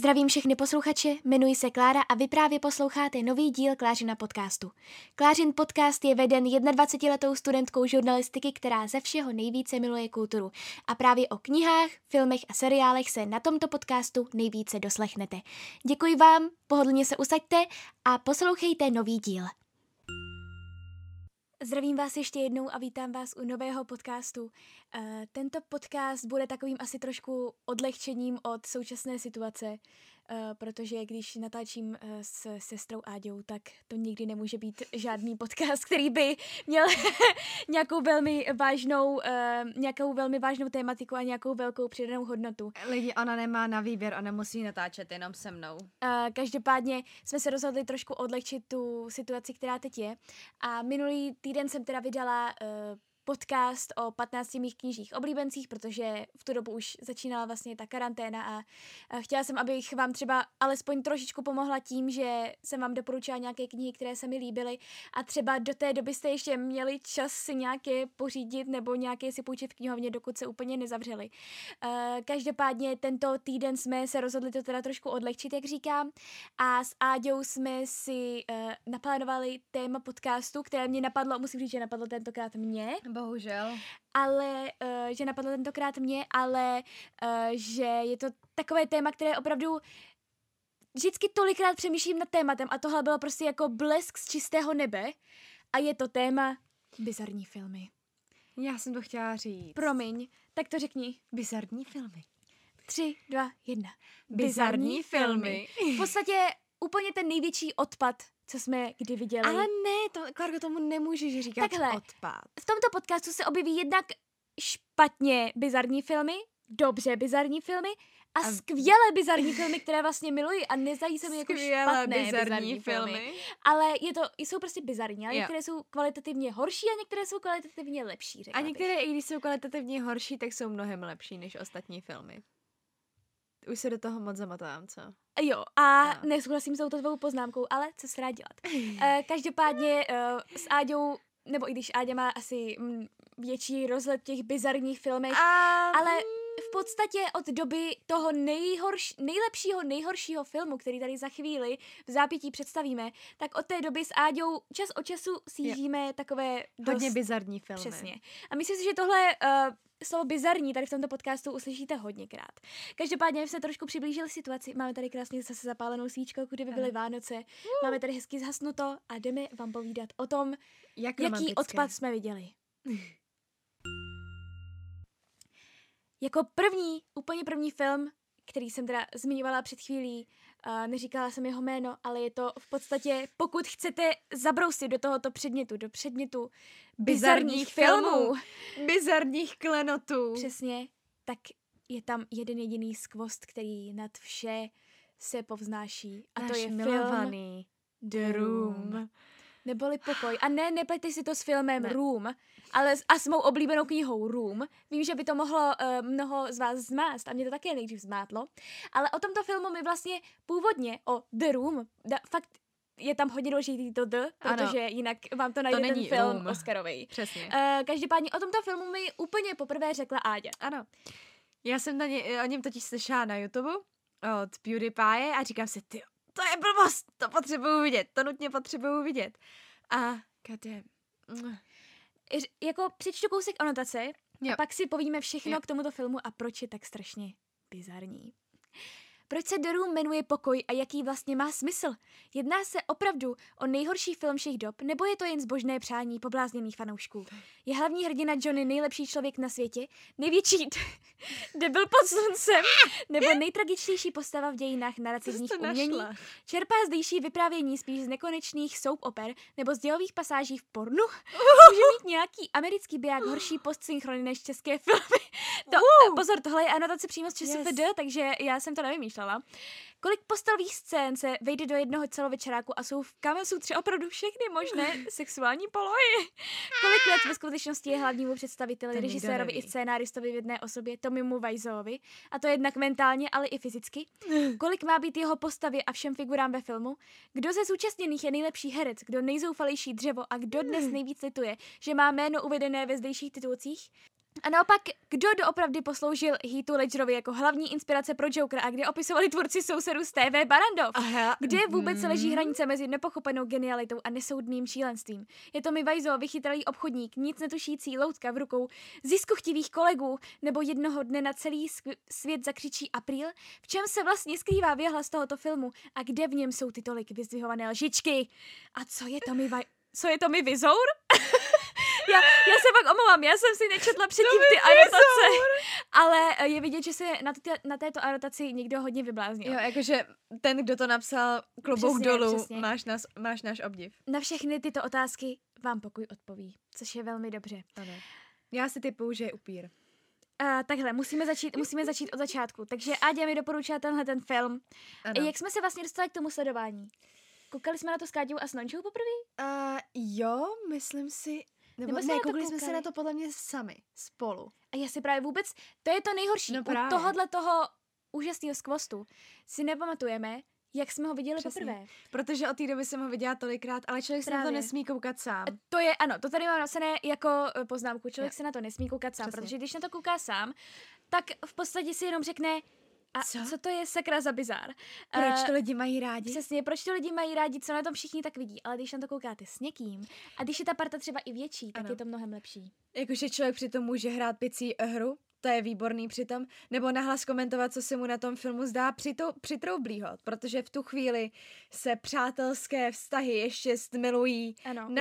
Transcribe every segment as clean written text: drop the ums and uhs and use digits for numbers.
Zdravím všechny posluchače, jmenuji se Klára a vy právě posloucháte nový díl Klářina podcastu. Klářin podcast je veden 21letou studentkou žurnalistiky, která ze všeho nejvíce miluje kulturu. A právě o knihách, filmech a seriálech se na tomto podcastu nejvíce doslechnete. Děkuji vám, pohodlně se usaďte a poslouchejte nový díl. Zdravím vás ještě jednou a vítám vás u nového podcastu. Tento podcast bude takovým asi trošku odlehčením od současné situace, protože když natáčím s sestrou Áďou, tak to nikdy nemůže být žádný podcast, který by měl nějakou velmi vážnou tématiku a nějakou velkou přidanou hodnotu. Lidi, ona nemá na výběr, ona musí natáčet jenom se mnou. Každopádně jsme se rozhodli trošku odlehčit tu situaci, která teď je. A minulý týden jsem teda vydala podcast o 15 mých knižních oblíbencích, protože v tu dobu už začínala vlastně ta karanténa a chtěla jsem, abych vám třeba alespoň trošičku pomohla tím, že jsem vám doporučila nějaké knihy, které se mi líbily a třeba do té doby jste ještě měli čas si nějaké pořídit nebo nějaké si půjčit v knihovně, dokud se úplně nezavřeli. Každopádně tento týden jsme se rozhodli to teda trošku odlehčit, jak říkám, a s Áďou jsme si naplánovali téma podcastu, které mě napadlo, musím říct, že napadlo tentokrát mě. Bohužel. Ale, že napadlo tentokrát mě, ale že je to takové téma, které opravdu vždycky tolikrát přemýšlím nad tématem a tohle bylo prostě jako blesk z čistého nebe a je to téma bizarní filmy. Já jsem to chtěla říct. Promiň, tak to řekni. Bizarní filmy. 3, 2, 1. Bizarní filmy. V podstatě úplně ten největší odpad, co jsme kdy viděli. Ale ne, Klárko, tomu nemůžeš říkat takhle, odpad. V tomto podcastu se objeví jednak špatně bizarní filmy, dobře bizarní filmy a skvělé bizarní filmy, které vlastně miluji a nezají se mi jako špatné bizarní filmy. Ale jsou prostě bizarní, ale některé jsou kvalitativně horší a některé jsou kvalitativně lepší, řekla A některé, bych. i když jsou kvalitativně horší, tak jsou mnohem lepší než ostatní filmy. Už se do toho moc zamotám, co? Jo, a nesouhlasím s touto tvou poznámkou, ale co se dá dělat. Každopádně s Áďou, nebo i když Áďa má asi větší rozhled v těch bizarních filmech, ale v podstatě od doby toho nejhoršího filmu, který tady za chvíli v zápětí představíme, tak od té doby s Áďou čas od času sjíždíme takové hodně bizarní filmy. Přesně. A myslím si, že tohle slovo bizarní tady v tomto podcastu uslyšíte hodněkrát. Každopádně se trošku přiblížili situaci. Máme tady krásně zase zapálenou svíčkou, kdyby byly Vánoce. Máme tady hezky zhasnuto a jdeme vám povídat o tom, jaký odpad jsme viděli. Jako úplně první film, který jsem teda zmiňovala před chvílí, neříkala jsem jeho jméno, ale je to v podstatě, pokud chcete zabrousit do tohoto předmětu, do předmětu bizarních filmů. Bizarních klenotů. Přesně, tak je tam jeden jediný skvost, který nad vše se povznáší. A to je milovaný The Room. Neboli Pokoj. A nepleťte si to s filmem Room, ale a s mou oblíbenou knihou Room. Vím, že by to mohlo mnoho z vás zmást a mě to také nejdřív zmátlo. Ale o tomto filmu mi vlastně původně o The Room, fakt je tam hodně důležitý to The, protože jinak vám to najde ten film Room. Oscarovej. Přesně. Každopádně o tomto filmu mi úplně poprvé řekla Áďa. Ano. Já jsem o něm totiž slyšela na YouTube od PewDiePie a říkám si, ty, to je blbost, to potřebuju vidět, to nutně potřebuju vidět. A jako přečtu kousek anotace a pak si povíme všechno k tomuto filmu a proč je tak strašně bizarní. Proč se The Room jmenuje Pokoj a jaký vlastně má smysl? Jedná se opravdu o nejhorší film všech dob, nebo je to jen zbožné přání poblázněných fanoušků? Je hlavní hrdina Johnny nejlepší člověk na světě? Největší debil pod sluncem? Nebo nejtragičtější postava v dějinách narrativních umění? Čerpá zdejší vyprávění spíš z nekonečných soap oper nebo z dělových pasáží v pornu? Může mít nějaký americký biják horší postsynchrony než české filmy? Pozor, tohle je anotace přímo z ČSFD, takže já jsem to nevymýšlela. Kolik postavových scén se vejde do jednoho celovečeráku a jsou v kamesu třeba opravdu všechny možné sexuální polohy? Kolik let ve skutečnosti je hlavnímu představiteli, režisérovi i scénáristovi v jedné osobě Tomimu Wiseauovi, a to jednak mentálně, ale i fyzicky? Kolik má být jeho postavě a všem figurám ve filmu? Kdo ze zúčastněných je nejlepší herec, kdo nejzoufalejší dřevo a kdo dnes nejvíc lituje, že má jméno uvedené ve zdejších titulcích? A naopak, kdo doopravdy posloužil Heathu Ledgerovi jako hlavní inspirace pro Jokera a kde opisovali tvůrci Sousedů z TV Barrandov? Kde vůbec leží hranice mezi nepochopenou genialitou a nesoudným šílenstvím? Je to mi Wiseau, vychytralý obchodník, nic netušící, loutka v rukou, ziskuchtivých kolegů, nebo jednoho dne na celý svět zakřičí Apríl? V čem se vlastně skrývá věhlas tohoto filmu a kde v něm jsou ty tolik vyzdvihované lžičky? A co je to mi Vizour? Já se pak omlouvám, já jsem si nečetla předtím ty anotace, ale je vidět, že se na této anotaci někdo hodně vybláznil. Jo, jakože ten, kdo to napsal, klobouk dolů, přesně. Máš náš obdiv. Na všechny tyto otázky vám pokoj odpoví, což je velmi dobře. Ano. Já si typuju, že je upír. Takhle, musíme začít od začátku. Takže Áďa mi doporučila tenhle film. Ano. Jak jsme se vlastně dostali k tomu sledování? Koukali jsme na to s Káťou a s Nončou poprvé? Jo, myslím si... Nebo ne, koukali jsme se na to podle mě sami, spolu. A já si právě vůbec, to je to nejhorší, u toho úžasného skvostu si nepamatujeme, jak jsme ho viděli poprvé. Protože od té doby jsem ho viděla tolikrát, ale člověk se na to nesmí koukat sám. To tady mám napsané jako poznámku, člověk se na to nesmí koukat sám, protože když na to kouká sám, tak v podstatě si jenom řekne, a co to je sakra za bizár? Proč to lidi mají rádi? Přesně, proč to lidi mají rádi, co na tom všichni tak vidí, ale když na to koukáte s někým a když je ta parta třeba i větší, tak je to mnohem lepší. Jakože člověk přitom může hrát picí hru, to je výborný přitom, nebo nahlas komentovat, co se mu na tom filmu zdá přitroublýho, protože v tu chvíli se přátelské vztahy ještě stmilují,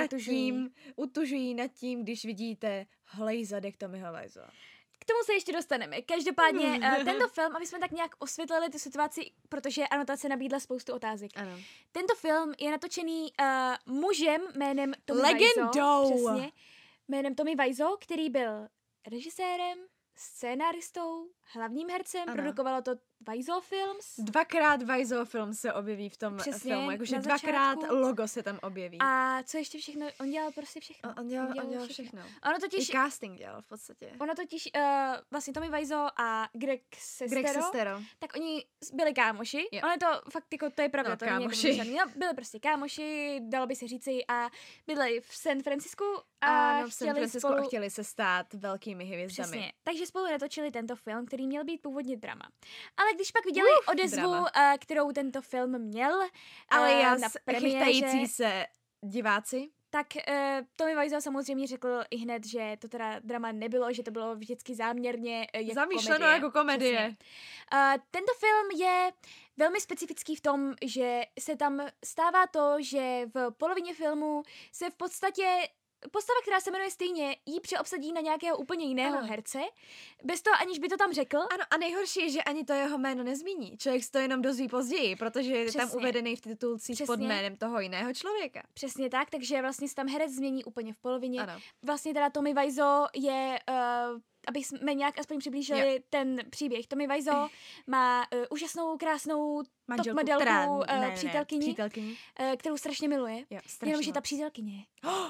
utužují nad tím, když vidíte hlej zadek Tommyho Wiseaua. K tomu se ještě dostaneme. Každopádně tento film, aby jsme tak nějak osvětlili tu situaci, protože anotace nabídla spoustu otázek. Ano. Tento film je natočený mužem jménem Tommy Legendou! Wiseau. Přesně. Jménem Tommy Wiseau, který byl režisérem, scénáristou, hlavním hercem, produkovalo to Wiseau Films. Dvakrát Wiseau Films se objeví v tom filmu, jakože dvakrát logo se tam objeví. A co ještě všechno? On dělal prostě všechno. On dělal všechno. Ono totiž, i casting dělal v podstatě. Ono totiž, vlastně Tommy Wiseau a Greg Sestero, tak oni byli kámoši. Jo. Ono je to fakt, jako, to je pravda. No, to kámoši. Byli prostě kámoši, dalo by se říci, a bydleli v San Francisku a chtěli se stát velkými hvězdami. Přesně. Takže spolu natočili tento film, který měl být původně drama. Ale když pak viděli odezvu, kterou tento film měl na premiéře, chytající se diváci, tak Tommy Wiseau samozřejmě řekl i hned, že to teda drama nebylo, že to bylo vždycky záměrně jako zamýšleno jako komedie. Tento film je velmi specifický v tom, že se tam stává to, že v polovině filmu se v podstatě postava, která se jmenuje stejně, jí přeobsadí na nějakého úplně jiného herce, bez toho, aniž by to tam řekl. Ano, a nejhorší je, že ani to jeho jméno nezmíní. Člověk si to jenom dozví později, protože je tam uvedený v titulcích pod jménem toho jiného člověka. Přesně tak, takže vlastně se tam herec změní úplně v polovině. Ano. Vlastně teda Tommy Wiseau je... aby jsme nějak aspoň přiblížili ten příběh. Tommy Wiseau má úžasnou, krásnou top modelku, přítelkyni, kterou strašně miluje. Jenomže ta přítelkyně...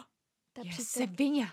Se vině.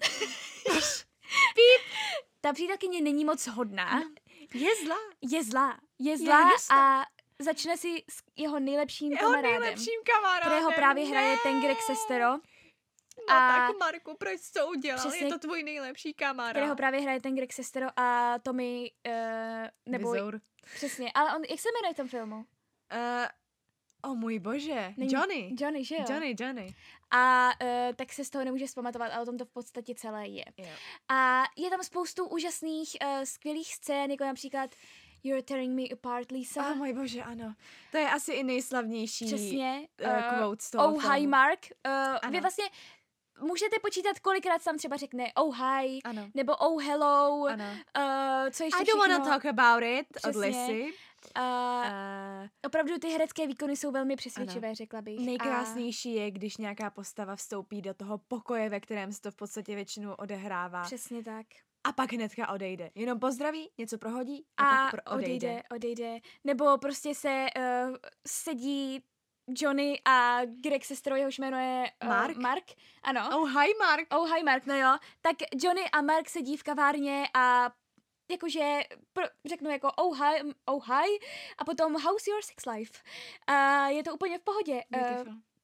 Ta přítelkyně není moc hodná. Je zlá. Je zlá a začne si s jeho nejlepším kamarádem, kterého právě hraje ten Greg Sestero. No tak Marku, proč jsi to udělal? Přesně, je to tvůj nejlepší kamarád. Kterého právě hraje ten Greg Sestero a Tommy, nebo... Vizour. Přesně, ale on, jak se jmenuje v tom filmu? Můj bože, Johnny. Johnny, že jo? Johnny. A tak se z toho nemůže vzpamatovat, ale o tom to v podstatě celé je. Jo. A je tam spoustu úžasných, skvělých scén, jako například You're tearing me apart, Lisa. Můj bože, ano. To je asi i nejslavnější quote z toho filmu. Hi, Mark. Vy vlastně můžete počítat, kolikrát tam třeba řekne hi, nebo hello, co ještě I don't wanna talk about it, od Lisy. Opravdu ty herecké výkony jsou velmi přesvědčivé, řekla bych. Nejkrásnější je, když nějaká postava vstoupí do toho pokoje, ve kterém se to v podstatě většinou odehrává. Přesně tak. A pak hnedka odejde. Jenom pozdraví, něco prohodí a pak odejde. Nebo prostě se sedí Johnny a Greg Sestero, jehož jméno je Mark. Ano. Hi Mark. No jo. Tak Johnny a Mark sedí v kavárně a jakože řeknu jako hi a potom how's your sex life. Je to úplně v pohodě.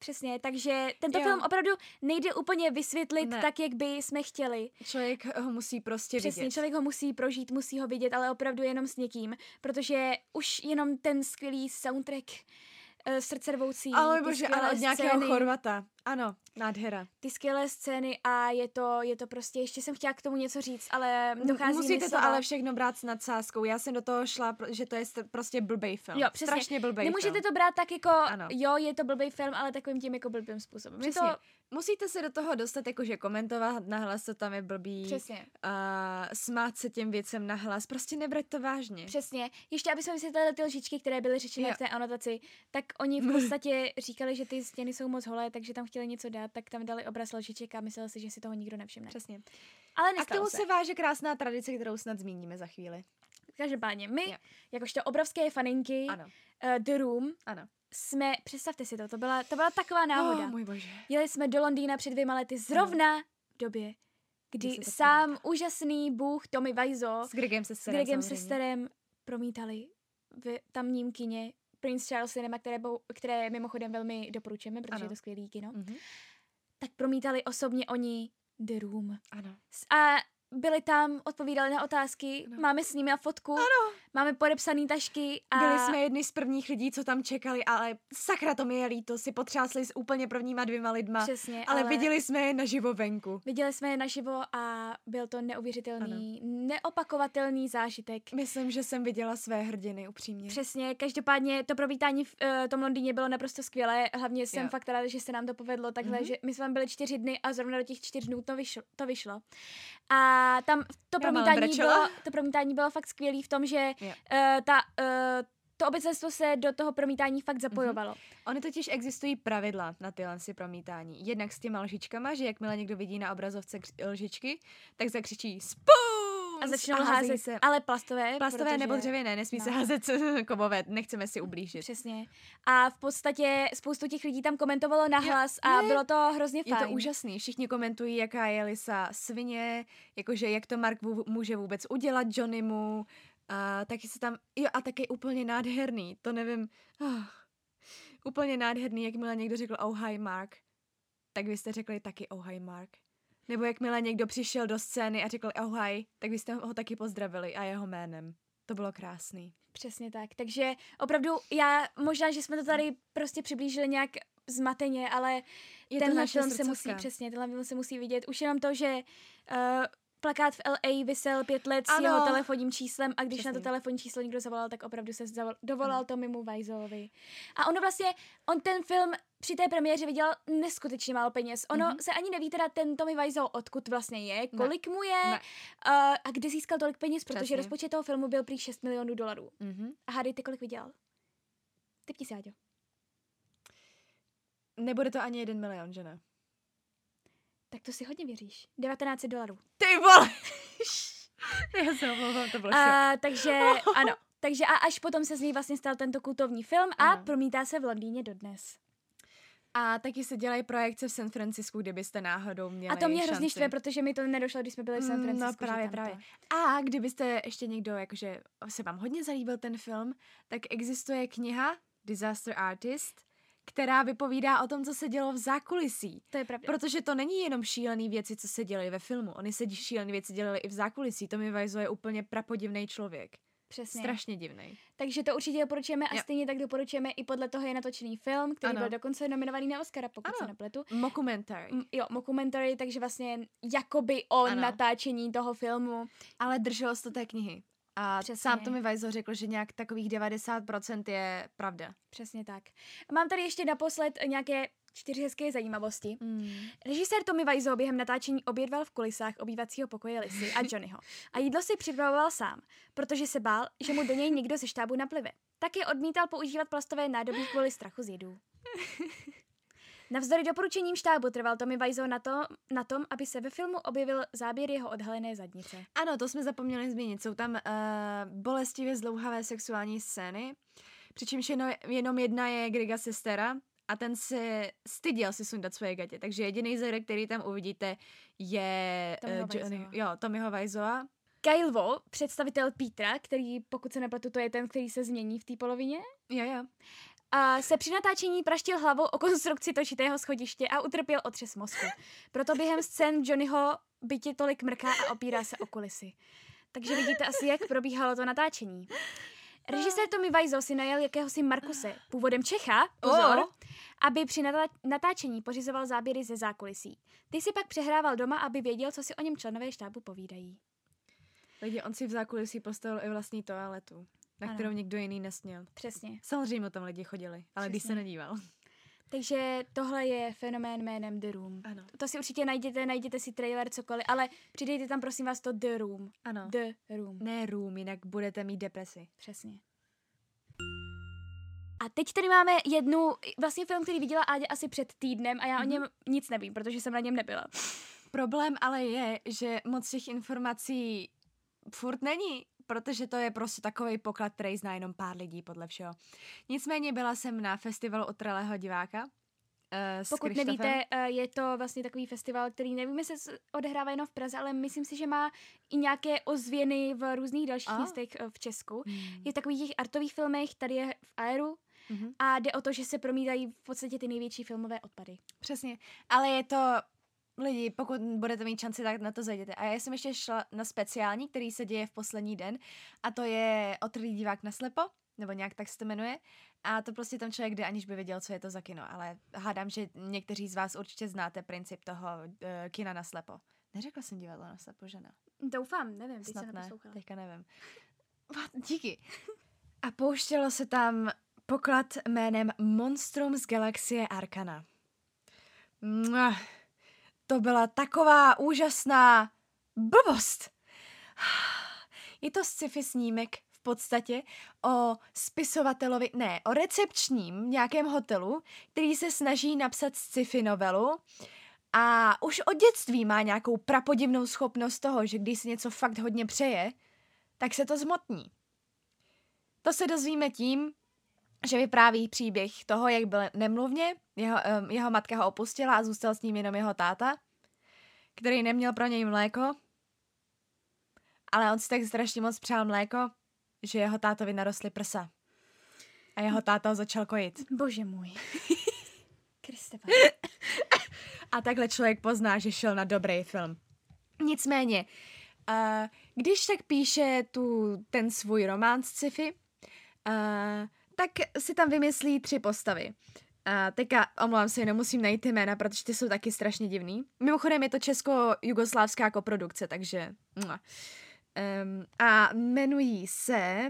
Přesně, takže tento film opravdu nejde úplně vysvětlit tak, jak by jsme chtěli. Člověk ho musí prostě vidět. Přesně, člověk ho musí prožít, musí ho vidět, ale opravdu jenom s někým, protože už jenom ten skvělý soundtrack srdcervoucí. Ale bože, ano, od nějakého Chorvata. Ano, nádhera. Ty skvělé scény a je to prostě, ještě jsem chtěla k tomu něco říct, ale dochází musíte to ale všechno brát s nadsázkou. Já jsem do toho šla, že to je prostě blbej film. Jo, přesně. Strašně blbej Nemůžete film. to brát tak jako, jo, je to blbej film, ale takovým tím jako blbým způsobem. Přesně. Musíte se do toho dostat, jakože komentovat nahlas, to tam je blbý. Přesně. Smát se těm věcem nahlas, prostě nebrať to vážně. Přesně. Ještě aby jsme vysvětlili ty lžičky, které byly řečeny v té anotaci, tak oni v podstatě říkali, že ty stěny jsou moc holé, takže tam chtěli něco dát, tak tam dali obraz lžiček a mysleli si, že si toho nikdo nevšimne. Přesně. Ale a k tomu se váže krásná tradice, kterou snad zmíníme za chvíli. Každopádně my, jakožto obrovské faninky The Room, jsme, představte si to byla taková náhoda. Můj bože. Jeli jsme do Londýna před 2 lety zrovna v době, kdy sám úžasný bůh Tommy Wiseau s Gregem Sesterem promítali v tamním kině Prince Charles Cinema, které mimochodem velmi doporučujeme, protože je to skvělý kino. Tak promítali osobně oni The Room. Ano. A byli tam, odpovídali na otázky, máme s nimi fotku, máme podepsaný tašky. A byli jsme jedni z prvních lidí, co tam čekali, ale sakra, to mi je líto, si potřásli s úplně prvníma 2 lidma. Přesně, ale viděli jsme je naživo venku. Viděli jsme je naživo a byl to neuvěřitelný, neopakovatelný zážitek. Myslím, že jsem viděla své hrdiny, upřímně. Přesně, každopádně to promítání v tom Londýně bylo naprosto skvělé, hlavně jsem fakt ráda, že se nám to povedlo takhle, že my jsme byli 4 dny a zrovna do těch 4 dnů to vyšlo. A tam to promítání bylo fakt skvělý v tom, že to obecenstvo se do toho promítání fakt zapojovalo. Ony totiž existují pravidla na tyhle promítání. Jednak s těma lžičkama, že jakmile někdo vidí na obrazovce lžičky, tak zakřičí spoons! A začnou házet se. Ale plastové. Plastové nebo dřevěné, nesmí se házet kovové, nechceme si ublížit. Přesně. A v podstatě spoustu těch lidí tam komentovalo nahlas a bylo to hrozně fajn. Je to úžasný, všichni komentují, jaká je Lisa svině, jakože jak to Mark může vůbec udělat Johnnymu, a taky se tam, a taky úplně nádherný, to nevím, úplně nádherný, jakmile někdo řekl oh hi Mark, tak vy jste řekli taky oh hi Mark. Nebo jakmile někdo přišel do scény a řekl oh hi, tak vy jste ho taky pozdravili a jeho jménem. To bylo krásný. Přesně tak. Takže opravdu možná, že jsme to tady prostě přiblížili nějak zmateně, ale tenhle film se musí vidět. Už jenom to, že plakát v LA visel 5 let s jeho telefonním číslem a když na to telefonní číslo někdo zavolal, tak opravdu se dovolal Tommymu Wiseauovi. A on ten film při té premiéře vydělal neskutečně málo peněz. Se ani neví teda ten Tommy Wiseau, odkud vlastně je, kolik mu je a kde získal tolik peněz, protože rozpočet toho filmu byl prý $6 milionů. A hádejte, kolik vydělal? Typni si, Áďo. Nebude to ani 1 milion, že ne? Tak to si hodně věříš. $1900. Ty vole! Já se omlouvám, to bylo šok. Takže ano. Takže a až potom se z něj vlastně stal tento kultovní film a promítá se v Londýně dodnes. A taky se dělají projekce v San Francisku, kdybyste náhodou měli. A to mě hrozně štve, protože mi to nedošlo, když jsme byli v San Francisku. No právě. A kdybyste ještě někdo, jakože se vám hodně zalíbil ten film, tak existuje kniha Disaster Artist, která vypovídá o tom, co se dělo v zákulisí. To je pravda. Protože to není jenom šílený věci, co se dělaly ve filmu. Ony se šílené věci dělaly i v zákulisí. Tommy Wiseau je úplně prapodivný člověk. Přesně. Strašně divný. Takže to určitě doporučujeme a stejně tak doporučujeme i podle toho je natočený film, který byl dokonce nominovaný na Oscara, pokud se nepletu. Mockumentary, takže vlastně jakoby o natáčení toho filmu. Ale drželo se to té knihy. A sám Tommy Wiseau řekl, že nějak takových 90% je pravda. Přesně tak. Mám tady ještě naposled nějaké 4 hezké zajímavosti. Režisér Tommy Wiseau během natáčení obědval v kulisách obývacího pokoje Lisy a Johnnyho. A jídlo si připravoval sám, protože se bál, že mu do něj někdo ze štábu naplive. Taky odmítal používat plastové nádobí kvůli strachu z jedů. Navzdory doporučením štábu trval Tommy Wiseau na tom, aby se ve filmu objevil záběr jeho odhalené zadnice. Ano, to jsme zapomněli zmínit. Jsou tam bolestivě zdlouhavé sexuální scény, přičemž jenom jedna je Grega Sestera a ten se styděl si sundat svoje gatě. Takže jediný zadek, který tam uvidíte, je Tommyho Wiseau. Kyle Vo, představitel Petra, který, pokud se nepletu, to je ten, který se změní v té polovině. Jo. se při natáčení praštil hlavou o konstrukci točitého schodiště a utrpěl otřes mozku. Proto během scén Johnnyho bytě tolik mrká a opírá se o kulisy. Takže vidíte asi, jak probíhalo to natáčení. Režisér Tommy Wiseau si najel jakéhosi Markuse, původem Čecha, pozor, aby při natáčení pořizoval záběry ze zákulisí. Ty si pak přehrával doma, aby věděl, co si o něm členové štábu povídají. Lidi, on si v zákulisí postavil i vlastní toaletu, na kterou někdo jiný nesměl. Přesně. Samozřejmě tam lidi chodili, ale když se nedíval. Takže tohle je fenomén jménem The Room. Ano. To si určitě najděte si trailer, cokoliv, ale přidejte tam prosím vás to The Room. Ano. The Room. Ne Room, jinak budete mít depresi. Přesně. A teď tady máme vlastně film, který viděla Áďa asi před týdnem a já o něm nic nevím, protože jsem na něm nebyla. Problém ale je, že moc těch informací furt není, protože to je prostě takovej poklad, který zná jenom pár lidí podle všeho. Nicméně byla jsem na festivalu Otralého diváka. Pokud nevíte, je to vlastně takový festival, který nevím, jestli se odehrává jenom v Praze, ale myslím si, že má i nějaké ozvěny v různých dalších městech v Česku. Je v takových těch artových filmech, tady je v Aeru a jde o to, že se promítají v podstatě ty největší filmové odpady. Přesně, ale je to... Lidi, pokud budete mít šanci, tak na to zajděte. A já jsem ještě šla na speciální, který se děje v poslední den a to je Otrlý divák naslepo, nebo nějak tak se to jmenuje. A to prostě tam člověk jde, aniž by věděl, co je to za kino. Ale hádám, že někteří z vás určitě znáte princip toho kina naslepo. Neřekla jsem divadlo naslepo, že ne? Doufám, nevím, Snad teď ne, neposlouchala. teďka nevím. Díky. A pouštělo se tam poklad jménem Monstrum z galaxie Arkana. To byla taková úžasná blbost. Je to sci-fi snímek v podstatě o spisovatelovi, o recepčním nějakém hotelu, který se snaží napsat sci-fi novelu a už od dětství má nějakou prapodivnou schopnost toho, že když si něco fakt hodně přeje, tak se to zmotní. To se dozvíme tím, že vypráví příběh toho, jak byl nemluvně, jeho matka ho opustila a zůstal s ním jenom jeho táta, který neměl pro něj mléko, ale on si tak strašně moc přál mléko, že jeho tátovi narostly prsa. A jeho táta ho začal kojit. Bože můj. Kriste. A takhle člověk pozná, že šel na dobrý film. Nicméně, když tak píše ten svůj román sci-fi, tak si tam vymyslí 3 postavy. Teďka, omlouvám se, nemusím najít jména, protože ty jsou taky strašně divný. Mimochodem je to česko-jugoslávská koprodukce, takže... a jmenují se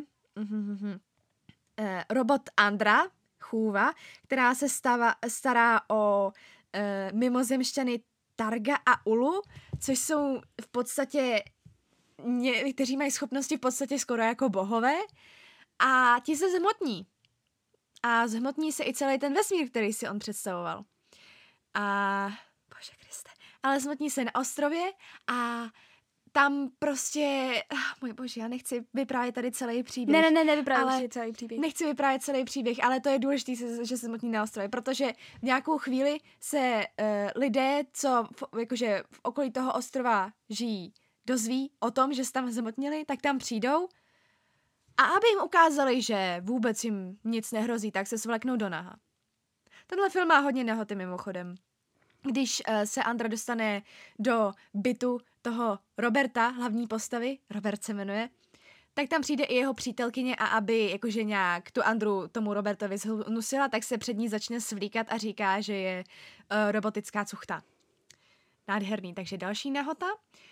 robot Andra Chůva, která se stará o mimozemšťany Targa a Ulu, což jsou v podstatě kteří mají schopnosti v podstatě skoro jako bohové a ti se zhmotní. A zhmotní se i celý ten vesmír, který si on představoval. A... Bože Kriste. Ale zhmotní se na ostrově a tam prostě... můj bože, já nechci vyprávět tady celý příběh. Nevyprávět celý příběh. Nechci vyprávět celý příběh, ale to je důležité, že se zhmotní na ostrově, protože v nějakou chvíli se lidé, co jakože v okolí toho ostrova žijí, dozví o tom, že se tam zhmotnili, tak tam přijdou a aby jim ukázali, že vůbec jim nic nehrozí, tak se svleknou do naha. Tenhle film má hodně nahoty mimochodem. Když se Andra dostane do bytu toho Roberta, hlavní postavy, Robert se jmenuje, tak tam přijde i jeho přítelkyně a aby jakože nějak tu Andru tomu Robertovi zhnusila, tak se před ní začne svlíkat a říká, že je robotická cuchta. Nádherný, takže další nahota.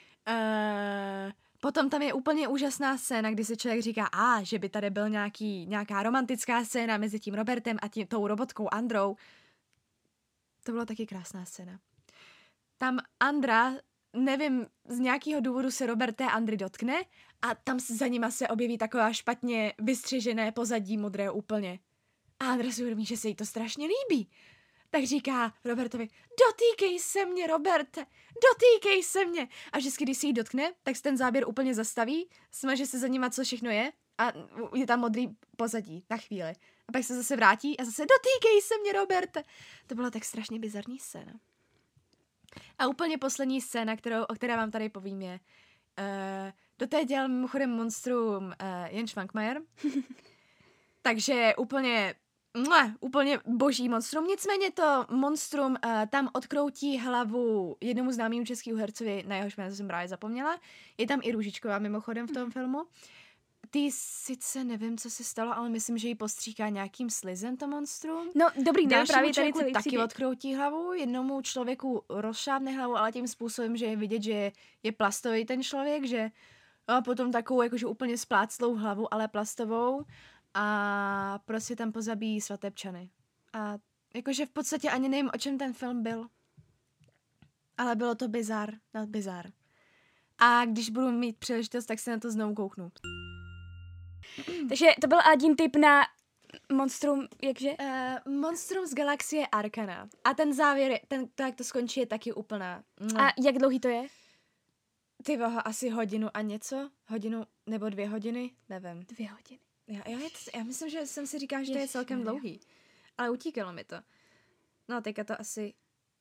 Potom tam je úplně úžasná scéna, kdy se člověk říká, že by tady byl nějaká romantická scéna mezi tím Robertem a tou robotkou Androu. To byla taky krásná scéna. Tam Andra, nevím, z nějakého důvodu se Robert té Andry dotkne a tam za nima se objeví taková špatně vystřižené pozadí modré úplně. A Andra si uvědomí, že se jí to strašně líbí. Tak říká Robertovi, dotýkej se mě, Roberte, dotýkej se mě. A vždycky, když si jí dotkne, tak se ten záběr úplně zastaví, smaže se za nima, co všechno je a je tam modrý pozadí na chvíli. A pak se zase vrátí a zase dotýkej se mě, Roberte. To byla tak strašně bizarní scéna. A úplně poslední scéna, o které vám tady povím, je do té dělal mimochodem monstrum Jan Švankmajer. Takže úplně úplně boží monstrum. Nicméně to monstrum tam odkroutí hlavu jednomu známému českému hercovi, na jehož jméno jsem právě zapomněla. Je tam i Růžičková mimochodem v tom filmu. Ty sice nevím, co se stalo, ale myslím, že ji postříká nějakým slizem to monstrum. No, dobrý, ne, právě tady celý taky odkroutí hlavu, jednomu člověku rozšápne hlavu, ale tím způsobem, že je vidět, že je plastový ten člověk, že a potom takovou jakože úplně spláclou hlavu, ale plastovou a prostě tam pozabíjí svatebčany. A jakože v podstatě ani nevím, o čem ten film byl. Ale bylo to bizar. A když budu mít příležitost, tak se na to znovu kouknu. Takže to byl Adin tip na monstrum, jakže? Monstrum z galaxie Arkana. A ten závěr, to, jak to skončí, je taky úplná. A jak dlouhý to je? Ty voha, asi hodinu a něco? Hodinu nebo 2 hodiny? Nevím. 2 hodiny. Já myslím, že jsem si říkala, že to je celkem dlouhý. Ale utíkalo mi to. No, teďka to asi...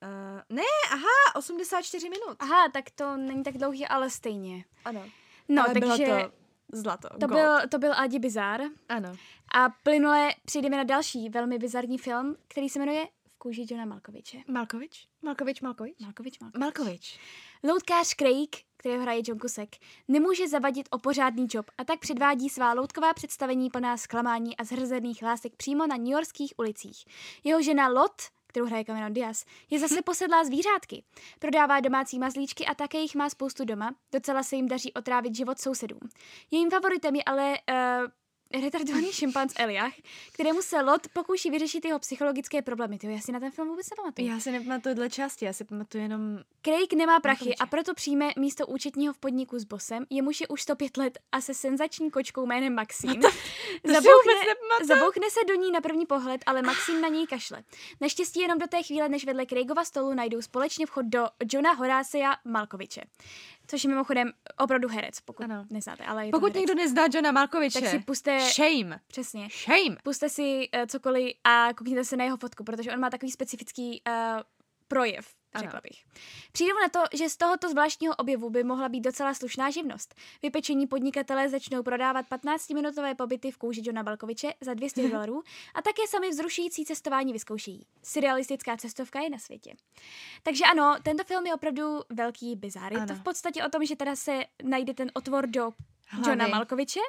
84 minut. Aha, tak to není tak dlouhý, ale stejně. Ano. No, ale takže... bylo to zlato. To byl Adi bizar. Ano. A plynule přijdeme na další velmi bizarní film, který se jmenuje V kůži Johna Malkoviče. Malkovič. Loutkář Craig, kterého hraje John Cusack, nemůže zavadit o pořádný job a tak předvádí svá loutková představení plná zklamání a zhrzených lásek přímo na newyorských ulicích. Jeho žena Lot, kterou hraje Cameron Diaz, je zase posedlá zvířátky. Prodává domácí mazlíčky a také jich má spoustu doma. Docela se jim daří otrávit život sousedům. Jejím favoritem je ale retardovaný šimpanz Eliach, kterému se Lot pokouší vyřešit jeho psychologické problémy. Já si na ten film vůbec nepamatuju. Já si nepamatuju dle části, já si pamatuju jenom... Craig nemá prachy a proto přijme místo účetního v podniku s bosem, jemuž je už 105 let a se senzační kočkou jménem Maxine. Zabouchne se do ní na první pohled, ale Maxine na něj kašle. Naštěstí jenom do té chvíle, než vedle Craigova stolu najdou společně vchod do Johna Horacea Malkoviče. Což je mimochodem opravdu herec, pokud neznáte. Ale je pokud někdo nezná Johna Malkoviče, tak si puste... Shame. Přesně. Shame. Puste si cokoliv a koukněte se na jeho fotku, protože on má takový specifický projev, řekla bych. Přijdu na to, že z tohoto zvláštního objevu by mohla být docela slušná živnost. Vypečení podnikatelé začnou prodávat 15-minutové pobyty v kůži Johna Malkoviče za $200 a také sami vzrušující cestování vyzkoušejí. Surrealistická cestovka je na světě. Takže ano, tento film je opravdu velký bizár. Je to v podstatě o tom, že teda se najde ten otvor do Johna Malkoviče.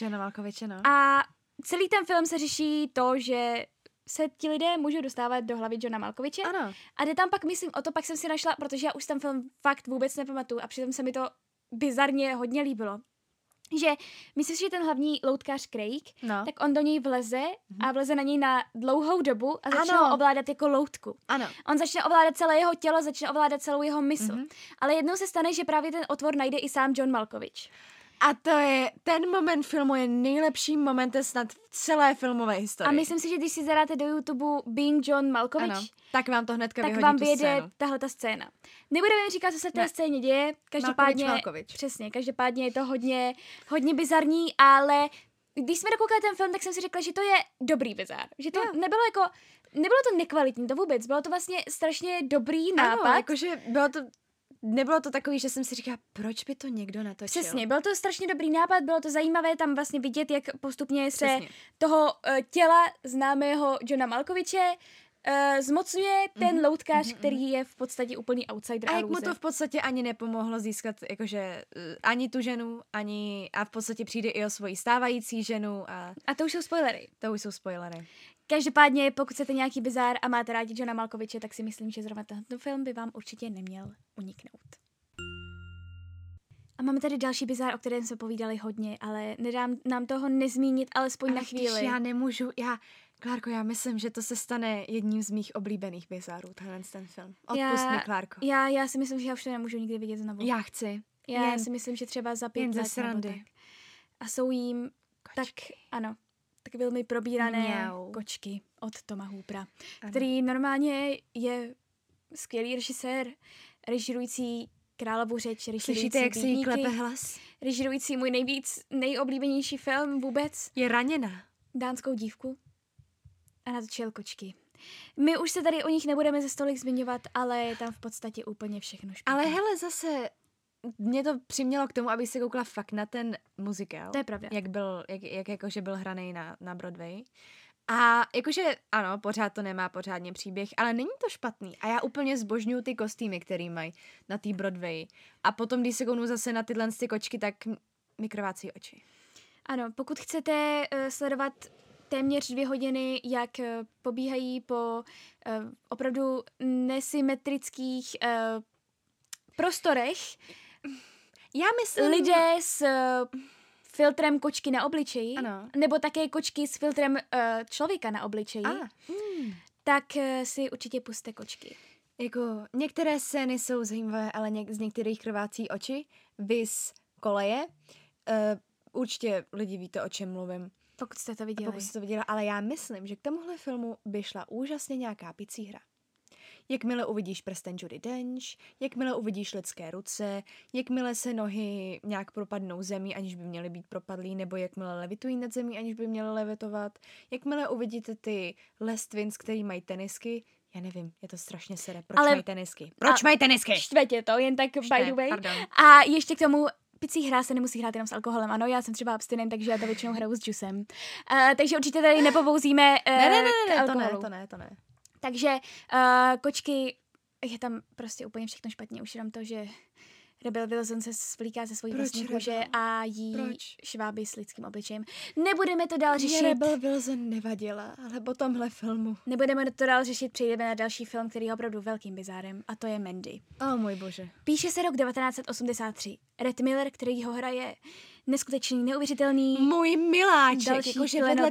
A celý ten film se řeší to, že se ti lidé můžou dostávat do hlavy Johna Malkoviče. Ano. A jde tam pak, myslím, o to pak jsem si našla, protože já už ten film fakt vůbec nepamatuju a přitom se mi to bizarně hodně líbilo. Že myslím si, že ten hlavní loutkář Craig, tak on do něj vleze a vleze na něj na dlouhou dobu a začne ho ovládat jako loutku. Ano. On začne ovládat celé jeho tělo, začne ovládat celou jeho mysl. Ale jednou se stane, že právě ten otvor najde i sám John Malkovich. A to je, ten moment filmu je nejlepší moment snad v celé filmové historii. A myslím si, že když si zadáte do YouTube Being John Malkovich, tak vám to hnedka vyhodí tak vám vyjede tahle ta scéna. Nebudeme říkat, co se v té scéně děje, každopádně je to hodně bizarní, ale když jsme dokoukali ten film, tak jsem si řekla, že to je dobrý bizar. Že to nebylo to nekvalitní, to vůbec, bylo to vlastně strašně dobrý nápad. Ano, jakože nebylo to takový, že jsem si říkala, proč by to někdo natočil. Přesně, byl to strašně dobrý nápad, bylo to zajímavé tam vlastně vidět, jak postupně se toho těla známého Johna Malkoviče zmocňuje ten loutkář, který je v podstatě úplný outsider a jak mu to v podstatě ani nepomohlo získat jakože ani tu ženu, a v podstatě přijde i o svoji stávající ženu. A to už jsou spoilery. Každopádně, pokud chcete nějaký bizár a máte rádi Johna Malkoviče, tak si myslím, že zrovna tento film by vám určitě neměl uniknout. A máme tady další bizár, o kterém jsme povídali hodně, ale nedám nám toho nezmínit alespoň na chvíli. Já nemůžu, Klárko, já myslím, že to se stane jedním z mých oblíbených bizárů, ten film. Odpust mi, Klárko. Já si myslím, že já už to nemůžu nikdy vidět znovu. Já chci. Já si myslím, že třeba za 5 let nebo tak. A jsou jím tak velmi probírané kočky od Toma Hoopera, který normálně je skvělý režisér, režirující Královu řeč, Slyšíte, jak se jí klepe hlas? Režirující můj nejoblíbenější film vůbec. Je raněna. Dánskou dívku. A natočil kočky. My už se tady o nich nebudeme ze stolik zmiňovat, ale je tam v podstatě úplně všechno špatné. Ale hele, zase mě to přimělo k tomu, abych se koukla fakt na ten muzikál. To je pravda. Jak jakože byl hraný na Broadway. A jakože, ano, pořád to nemá pořádně příběh, ale není to špatný. A já úplně zbožňuju ty kostýmy, který mají na té Broadwayi. A potom, když se kouknu zase na tyhle ty kočky, tak mi krvácí oči. Ano, pokud chcete sledovat téměř 2 hodiny, jak pobíhají po opravdu nesymetrických prostorech Já myslím... lidé s filtrem kočky na obličeji, ano. nebo také kočky s filtrem člověka na obličeji, tak si určitě pusťte kočky. Jako některé scény jsou zajímavé, ale z některých krvácí oči, vis koleje. Určitě lidi víte, o čem mluvím. Pokud jste to viděli. Ale já myslím, že k tomuhle filmu by šla úžasně nějaká picí hra. Jakmile uvidíš prsten Judi Dench, jakmile uvidíš lidské ruce, jakmile se nohy nějak propadnou zemí, aniž by měly být propadlý, nebo jakmile levitují nad zemí, aniž by měly levitovat, jakmile uvidíte ty Les Twins, který mají tenisky, já nevím, je to strašně sere. Proč mají tenisky? Proč mají tenisky? Štve to, jen tak by the way. Pardon. A ještě k tomu, picí hra se nemusí hrát jenom s alkoholem. Ano, já jsem třeba abstinent, takže já to většinou hraju s džusem. Takže určitě tady nepovouzíme To ne. Takže kočky, je tam prostě úplně všechno špatně. Už jenom to, že Rebel Wilson se svlíká ze svojí vlastní kůže a jí šváby s lidským obličejem. Nebudeme to dál řešit. Mě Rebel Wilson nevadila, ale po tomhle filmu. Nebudeme to dál řešit, přejdeme na další film, který je opravdu velkým bizárem, a to je Mandy. Můj bože. Píše se rok 1983. Red Miller, který ho hraje, neskutečný, neuvěřitelný. Můj miláček, jakože vedle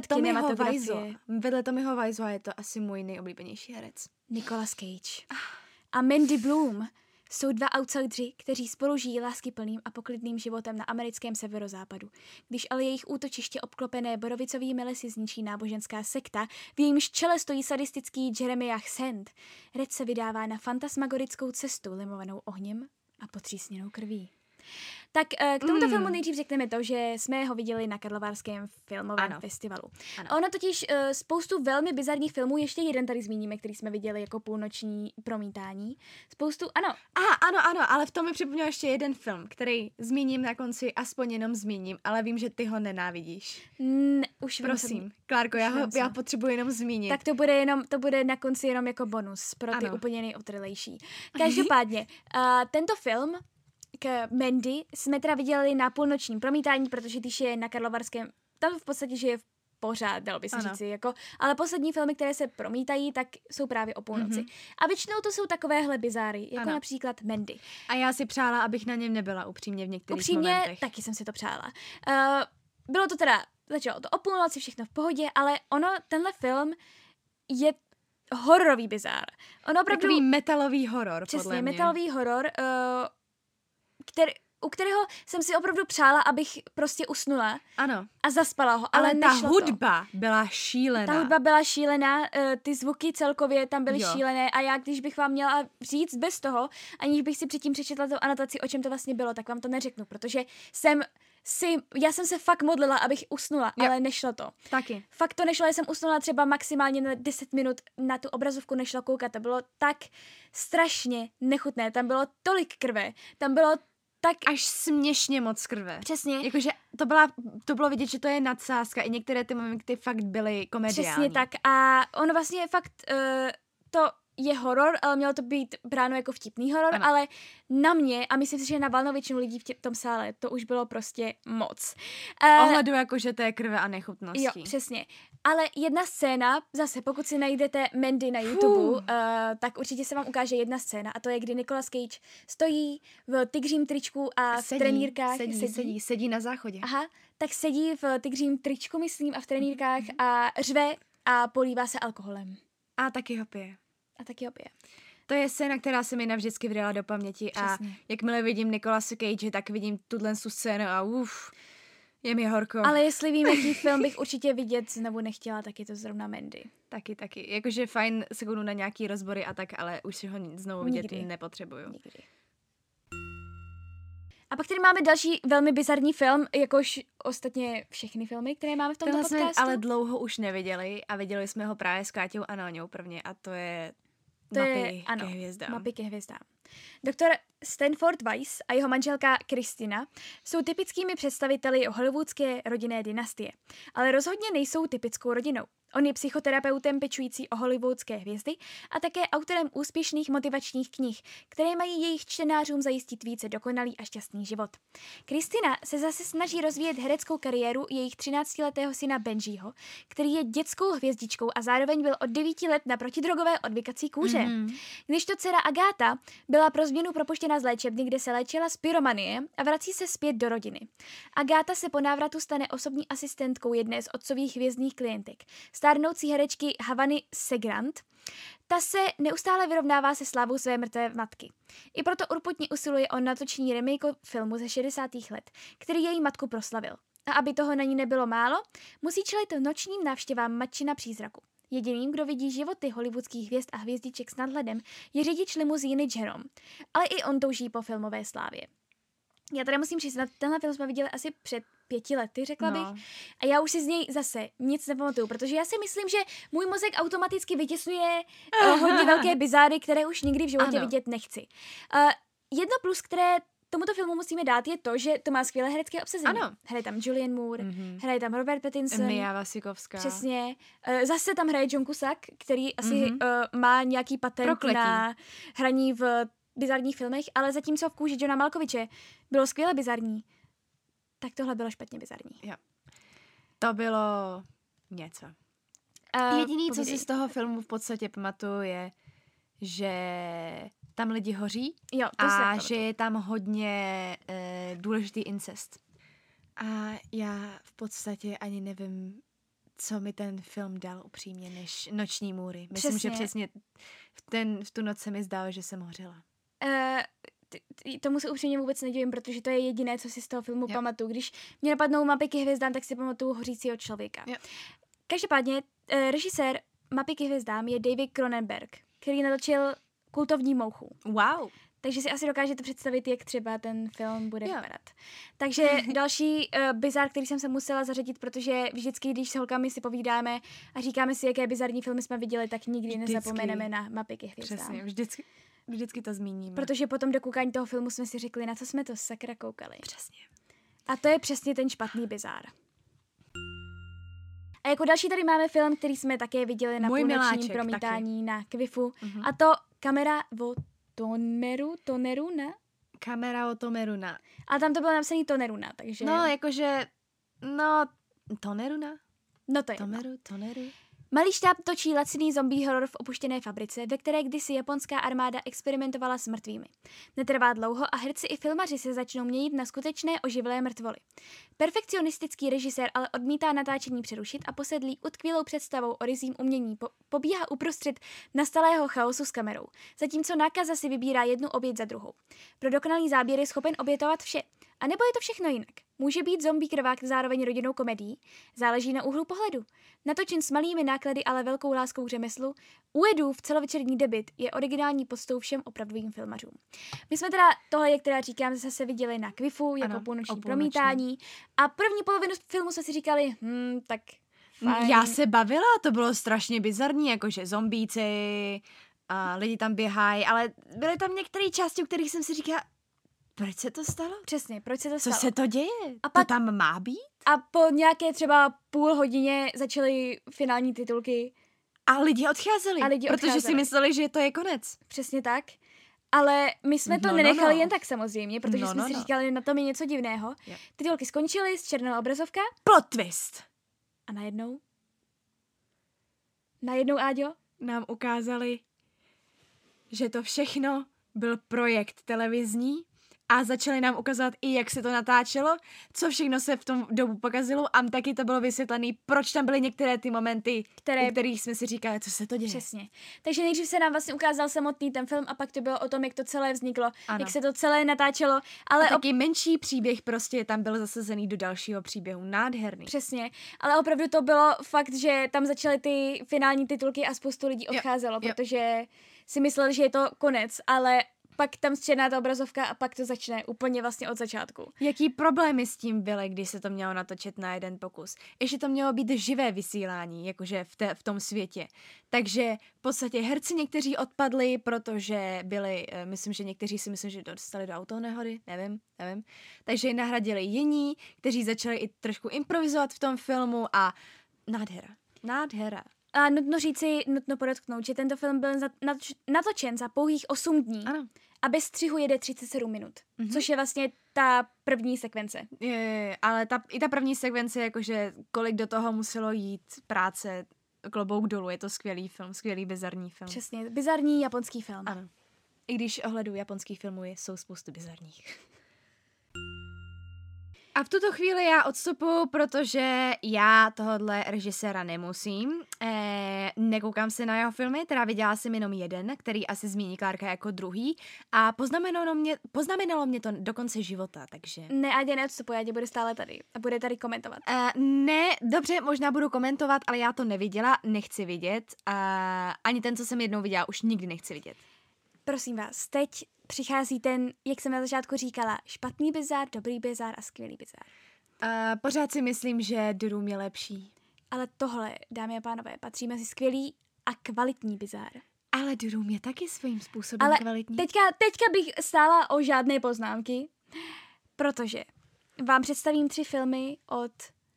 Tommyho Wiseau je to asi můj nejoblíbenější herec. Nicolas Cage. A Mandy Bloom jsou 2 outsideri, kteří spolu žijí láskyplným a poklidným životem na americkém severozápadu. Když ale jejich útočiště obklopené borovicovými lesy zničí náboženská sekta, v jejímž čele stojí sadistický Jeremiah Sand, Red se vydává na fantasmagorickou cestu limovanou ohněm a potřísněnou krví. Tak k tomuto filmu nejdřív řekneme to, že jsme ho viděli na Karlovarském filmovém festivalu. Ano. Ono totiž spoustu velmi bizarních filmů, ještě jeden tady zmíníme, který jsme viděli jako půlnoční promítání. Ano, ale v tom mi připomněl ještě jeden film, který zmíním na konci, aspoň jenom zmíním, ale vím, že ty ho nenávidíš. Už prosím, Klárko, já potřebuji jenom zmínit. Tak to bude na konci jenom jako bonus pro ty úplně nejotrlejší. Každopádně, tento film k Mandy jsme teda viděli na půlnočním promítání, protože když je na Karlovarském, tam v podstatě žije pořád, dalo by se říci, jako, ale poslední filmy, které se promítají, tak jsou právě o půlnoci. A většinou to jsou takovéhle bizáry, jako například Mandy. A já si přála, abych na něm nebyla upřímně v některých momentech. Taky jsem si to přála. Bylo to teda, začalo to o půlnoci, všechno v pohodě, ale tenhle film je hororový bizár. Ono opravdu... Takový metalový horor, přesně, podle mě. Metalový horor, u kterého jsem si opravdu přála, abych prostě usnula. Ano. A zaspala ho, ale ta hudba byla šílená. Ta hudba byla šílená, ty zvuky celkově tam byly šílené a já, když bych vám měla říct bez toho, aniž bych si předtím přečetla tu anotaci, o čem to vlastně bylo, tak vám to neřeknu, protože já jsem se fakt modlila, abych usnula, ale nešlo to. Taky. Fakt to nešlo, já jsem usnula třeba maximálně na 10 minut, na tu obrazovku nešlo koukat, to bylo tak strašně nechutné, tam bylo tolik krve, tam bylo tak až směšně moc krve. Přesně. Jakože to bylo vidět, že to je nadsázka. I některé ty momenty fakt byly komediální. Přesně tak. A on vlastně fakt to je horor, ale mělo to být bráno jako vtipný horor, ale na mě, a myslím si, že na valnou většinu lidí v tom sále, to už bylo prostě moc. Ohledu jakože té krve a nechutnosti. Jo, přesně. Ale jedna scéna, zase pokud si najdete Mandy na YouTube, tak určitě se vám ukáže jedna scéna a to je, kdy Nicolas Cage stojí v tygřím tričku a v trenýrkách. Sedí na záchodě. Aha, tak sedí v tygřím tričku, myslím, a v trenýrkách a řve a polívá se alkoholem. A taky ho pije. To je scéna, která se mi navždycky vydala do paměti. Přesně. A jakmile vidím Nicolase Cage, tak vidím tuhle scénu a je mi horko. Ale jestli vím, jaký film bych určitě vidět znovu nechtěla, tak je to zrovna Mandy. Taky. Jakože fajn se kouknu na nějaký rozbory a tak, ale už si ho znovu vidět nepotřebuju. Nikdy. A pak tady máme další velmi bizarní film, jakož ostatně všechny filmy, které máme v tomto podcastu. Jsme ale dlouho už neviděli a viděli jsme ho právě s Káťou a Náňou prvně a to je Mapy ke hvězdám. Mapy ke hvězdám. Doktor Stanford Weiss a jeho manželka Kristina jsou typickými představiteli hollywoodské rodinné dynastie, ale rozhodně nejsou typickou rodinou. On je psychoterapeutem pečující o hollywoodské hvězdy a také autorem úspěšných motivačních knih, které mají jejich čtenářům zajistit více dokonalý a šťastný život. Kristina se zase snaží rozvíjet hereckou kariéru jejich 13letého syna Benjiho, který je dětskou hvězdičkou a zároveň byl od 9 let na protidrogové odvykací kůře. Kdežto dcera Agáta byla pro změnu propuštěna z léčebny, kde se léčila z pyromanie a vrací se zpět do rodiny. Agáta se po návratu stane osobní asistentkou jedné z otcových hvězdných klientek, stárnoucí herečky Havany Segrant. Ta se neustále vyrovnává se slávou své mrtvé matky. I proto urputně usiluje o natočení remake filmu ze 60. let, který její matku proslavil. A aby toho na ní nebylo málo, musí čelit nočním návštěvám matčina přízraku. Jediným, kdo vidí životy hollywoodských hvězd a hvězdiček s nadhledem, je řidič limuzíny Jerome. Ale i on touží po filmové slávě. Já tady musím přiznat, tenhle film jsme viděli asi před 5 lety, řekla bych. A já už si z něj zase nic nepamatuju, protože já si myslím, že můj mozek automaticky vytěsňuje hodně velké bizáry, které už nikdy v životě vidět nechci. Jedno plus, které tomuto filmu musíme dát, je to, že to má skvělé herecké obsazení. Hraje tam Julianne Moore, hraje tam Robert Pattinson. Mia Wasikowska. Přesně. Zase tam hraje John Cusack, který asi má nějaký patent na hraní v bizarních filmech, ale zatímco v kůži Johna Malkoviče bylo skvěle bizarní, tak tohle bylo špatně bizarní. Jo. To bylo něco. Jediný, co si z toho filmu v podstatě pamatuju, je, že tam lidi hoří a že je tam hodně důležitý incest. A já v podstatě ani nevím, co mi ten film dal upřímně, než Noční můry. Myslím, že přesně v tu noc se mi zdálo, že jsem hořela. Tomu se upřímně vůbec nedivím, protože to je jediné, co si z toho filmu pamatuju. Když mě napadnou Mapy k hvězdám, tak si pamatuju hořícího člověka. Jo. Každopádně režisér Mapy k hvězdám je David Cronenberg, který natočil Kultovní mouchu. Wow. Takže si asi dokážete představit, jak třeba ten film bude vypadat. Takže další bizar, který jsem se musela zařadit, protože vždycky, když s holkami si povídáme a říkáme si, jaké bizarní filmy jsme viděli, tak nikdy nezapomeneme na Mapy k hvězdám. Přesně, vždycky to zmíníme. Protože potom do koukání toho filmu jsme si řekli, na co jsme to sakra koukali. Přesně. A to je přesně ten špatný bizár. A jako další tady máme film, který jsme také viděli na půlnočním promítání na Kvifu. A to Kamera o Toneruna. Kamera o Toneruna. A tam to bylo napsaný Toneruna, takže... Toneruna? No to je Toneru. Malý štáb točí laciný zombie horor v opuštěné fabrice, ve které kdysi japonská armáda experimentovala s mrtvými. Netrvá dlouho a herci i filmaři se začnou měnit na skutečné oživlé mrtvoly. Perfekcionistický režisér ale odmítá natáčení přerušit a posedlý utkvělou představou o ryzím umění pobíhá uprostřed nastalého chaosu s kamerou, zatímco nákaza si vybírá jednu oběť za druhou. Pro dokonalý záběr je schopen obětovat vše. A nebo je to všechno jinak? Může být zombie krvák zároveň rodinnou komedií? Záleží na úhlu pohledu. Natočen s malými náklady, ale velkou láskou k řemeslu, Uedův celovečerní debut je originální postou všem opravdovým filmařům. My jsme teda tohle, jak teda říkám, zase viděli na Kvifu jako půlnoční promítání a první polovinu filmu jsme si říkali, tak fajn. Já se bavila, to bylo strašně bizarní, jakože zombíci a lidi tam běhají, ale byly tam některé části, u kterých jsem si říkala, proč se to stalo? Přesně, proč se to stalo? Co se to děje? A pak, to tam má být? A po nějaké třeba půl hodině začaly finální titulky. A lidi odcházeli. Protože si mysleli, že to je konec. Přesně tak. Ale my jsme to nenechali jen tak samozřejmě, protože jsme si říkali, na tom je něco divného. Yep. Titulky skončily, zčernala obrazovka. Plot twist. A najednou, Áďo, nám ukázali, že to všechno byl projekt televizní a začali nám ukazovat i, jak se to natáčelo, co všechno se v tom dobu pokazilo a taky to bylo vysvětlené, proč tam byly některé ty momenty, u kterých jsme si říkali, co se to děje. Přesně. Takže nejdřív se nám vlastně ukázal samotný ten film a pak to bylo o tom, jak to celé vzniklo, jak se to celé natáčelo. Ale a taky menší příběh prostě tam byl zasazený do dalšího příběhu. Nádherný. Přesně. Ale opravdu to bylo fakt, že tam začaly ty finální titulky a spoustu lidí odcházelo, protože si mysleli, že je to konec, ale pak tam zčerná ta obrazovka a pak to začne úplně vlastně od začátku. Jaký problémy s tím byly, když se to mělo natočit na jeden pokus? Ještě to mělo být živé vysílání, jakože v tom světě. Takže v podstatě herci někteří odpadli, protože byli, myslím, že dostali do autonehody, nevím. Takže ji nahradili jiní, kteří začali i trošku improvizovat v tom filmu a nádhera. A nutno podotknout, že tento film byl natočen za pouhých 8 dní. Ano. A bez střihu jede 37 minut, což je vlastně ta první sekvence. Ale i ta první sekvence, jakože kolik do toho muselo jít práce, klobouk dolů, je to skvělý film, skvělý bizarní film. Přesně, bizarní japonský film. Ano. I když ohledu japonských filmů jsou spoustu bizarních. A v tuto chvíli já odstupuju, protože já tohohle režiséra nemusím. Nekoukám se na jeho filmy, teda viděla jsem jenom jeden, který asi zmíní Klárka jako druhý a poznamenalo mě to do konce života, takže... Ne, Adě neodstupuje, Adě bude stále tady a bude tady komentovat. Ne, dobře, možná budu komentovat, ale já to neviděla, nechci vidět. Ani ten, co jsem jednou viděla, už nikdy nechci vidět. Prosím vás, teď přichází ten, jak jsem na začátku říkala, špatný bizár, dobrý bizár a skvělý bizár. Pořád si myslím, že The Room je lepší. Ale tohle, dámy a pánové, patří mezi skvělý a kvalitní bizár. Ale The Room je taky svým způsobem kvalitní. Teďka bych stála o žádné poznámky, protože vám představím 3 filmy od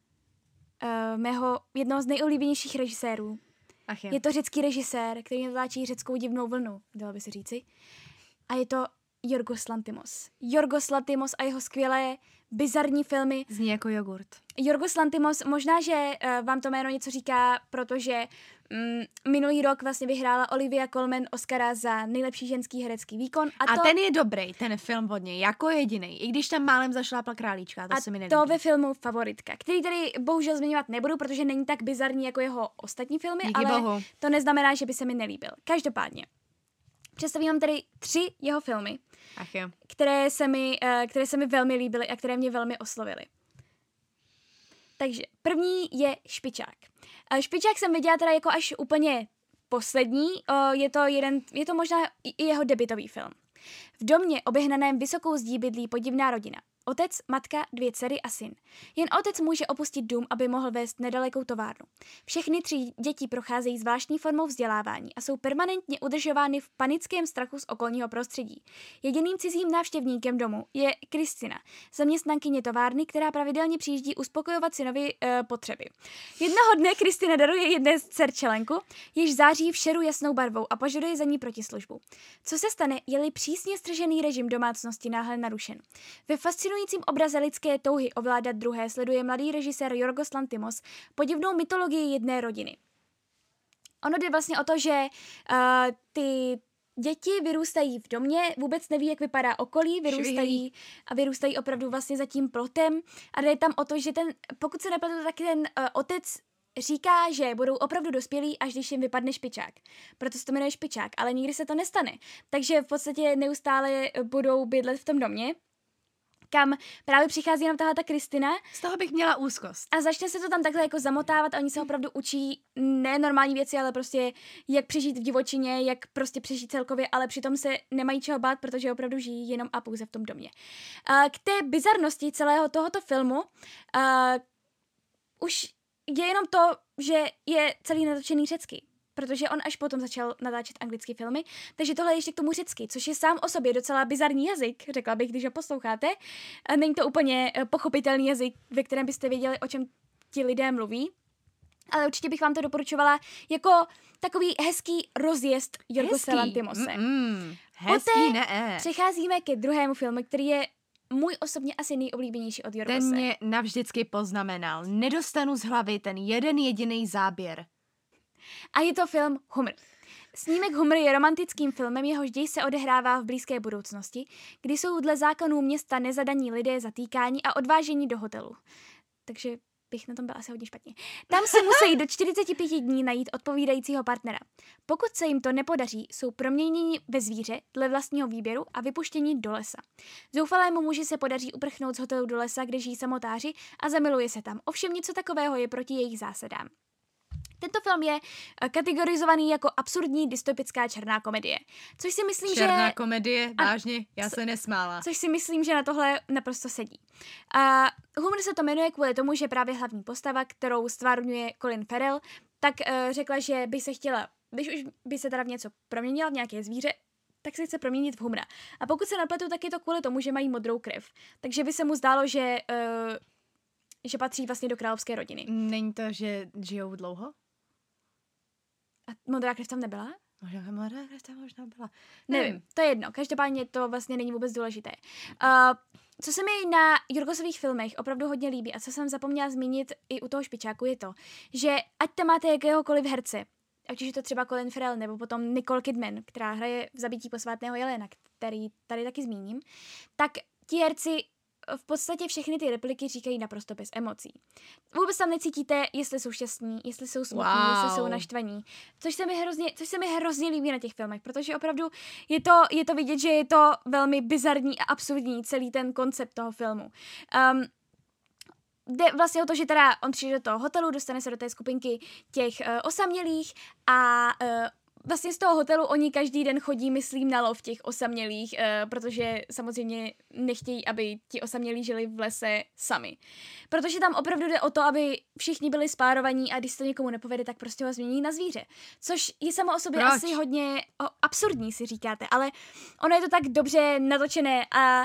mého jednoho z nejoblíbenějších režisérů. Je to řecký režisér, který natáčí řeckou divnou vlnu, dalo by se říci. A je to Jorgos Lanthimos. Jorgos Lanthimos a jeho skvělé bizarní filmy. Zní jako jogurt. Jorgos Lanthimos, možná, že vám to jméno něco říká, protože minulý rok vlastně vyhrála Olivia Colman Oscara za nejlepší ženský herecký výkon. A ten je dobrý, ten film od něj, jako jedinej. I když tam málem zašlápla králíčka, to se mi nelíbí. A to ve filmu Favoritka, který tady bohužel zmiňovat nebudu, protože není tak bizarní jako jeho ostatní filmy, díky ale bohu. To neznamená, že by se mi nelíbil. Každopádně. Představím vám tady 3 jeho filmy, které se mi velmi líbily a které mě velmi oslovily. Takže první je Špičák. Špičák jsem viděla teda jako až úplně poslední, je to možná i jeho debutový film. V domě oběhnaném vysokou zdí bydlí podivná rodina. Otec, matka, 2 dcery a syn. Jen otec může opustit dům, aby mohl vést nedalekou továrnu. Všechny 3 děti procházejí zvláštní formou vzdělávání a jsou permanentně udržovány v panickém strachu z okolního prostředí. Jediným cizím návštěvníkem domu je Kristina, zaměstnankyně továrny, která pravidelně přijíždí uspokojovat synovy potřeby. Jednoho dne Kristina daruje jedné z dcer čelenku, jež září v šeru jasnou barvou a požaduje za ní protislužbu. Co se stane, je-li přísně stržený režim domácnosti náhle narušen? Ve fascinujícím obraze lidské touhy ovládat druhé sleduje mladý režisér Jorgos Lanthimos podivnou mytologii jedné rodiny. Ono jde vlastně o to, že ty děti vyrůstají v domě, vůbec neví, jak vypadá okolí, vyrůstají opravdu vlastně za tím plotem a jde tam o to, že pokud se nepletu, tak ten otec říká, že budou opravdu dospělí, až když jim vypadne špičák. Proto se to jmenuje Špičák, ale nikdy se to nestane. Takže v podstatě neustále budou bydlet v tom domě, kam právě přichází jenom tahle ta Kristina. Z toho bych měla úzkost. A začne se to tam takhle jako zamotávat a oni se opravdu učí ne normální věci, ale prostě jak přežít v divočině, jak prostě přežít celkově, ale přitom se nemají čeho bát, protože opravdu žijí jenom a pouze v tom domě. K té bizarnosti celého tohoto filmu už je jenom to, že je celý natočený řecky. Protože on až potom začal natáčet anglické filmy, takže tohle je ještě k tomu řecky, což je sám o sobě docela bizarní jazyk, řekla bych, když ho posloucháte. Není to úplně pochopitelný jazyk, ve kterém byste věděli, o čem ti lidé mluví, ale určitě bych vám to doporučovala jako takový hezký rozjezd Jorgose Lanthimose. Poté přecházíme ke druhému filmu, který je můj osobně asi nejoblíbenější od Jorgose. Ten mě navždycky poznamenal. Nedostanu z hlavy ten jeden jediný záběr. A je to film Humor. Snímek Humor je romantickým filmem, jehož děj se odehrává v blízké budoucnosti, kdy jsou dle zákonů města nezadaní lidé zatýkáni a odváženi do hotelu. Takže bych na tom byla asi hodně špatně. Tam se musí do 45 dní najít odpovídajícího partnera. Pokud se jim to nepodaří, jsou proměněni ve zvíře dle vlastního výběru a vypuštěni do lesa. Zoufalému muži se podaří uprchnout z hotelu do lesa, kde žijí samotáři a zamiluje se tam. Ovšem něco takového je proti jejich zásadám. Tento film je kategorizovaný jako absurdní dystopická černá komedie. Což si myslím, černá komedie? Vážně? Já se nesmála. Což si myslím, že na tohle naprosto sedí. Humor se to jmenuje kvůli tomu, že právě hlavní postava, kterou stvárňuje Colin Farrell, tak řekla, že by se chtěla, když už by se teda v něco proměnila, v nějaké zvíře, tak se chce proměnit v humra. A pokud se napletu, tak je to kvůli tomu, že mají modrou krev. Takže by se mu zdálo, že patří vlastně do královské rodiny. Není to, že žijou dlouho? A modrá krev tam nebyla? Modrá krev tam možná byla. Nevím, to je jedno. Každopádně to vlastně není vůbec důležité. Co se mi na Jorgosových filmech opravdu hodně líbí a co jsem zapomněla zmínit i u toho špičáku je to, že ať tam máte jakéhokoliv herce, ať už je to třeba Colin Farrell nebo potom Nicole Kidman, která hraje v Zabití posvátného jelena, který tady taky zmíním, tak ti herci v podstatě všechny ty repliky říkají naprosto bez emocí. Vůbec tam necítíte, jestli jsou šťastní, jestli jsou smutní, jestli jsou naštvaní. Což se mi hrozně líbí na těch filmech, protože opravdu je to vidět, že je to velmi bizarní a absurdní celý ten koncept toho filmu. Jde vlastně o to, že teda on přijde do toho hotelu, dostane se do té skupinky těch osamělých a vlastně z toho hotelu oni každý den chodí, myslím, na lov těch osamělých, protože samozřejmě nechtějí, aby ti osamělí žili v lese sami. Protože tam opravdu jde o to, aby všichni byli spárovaní a když se to někomu nepovede, tak prostě ho změní na zvíře. Což je samo o sobě asi hodně absurdní, si říkáte, ale ono je to tak dobře natočené a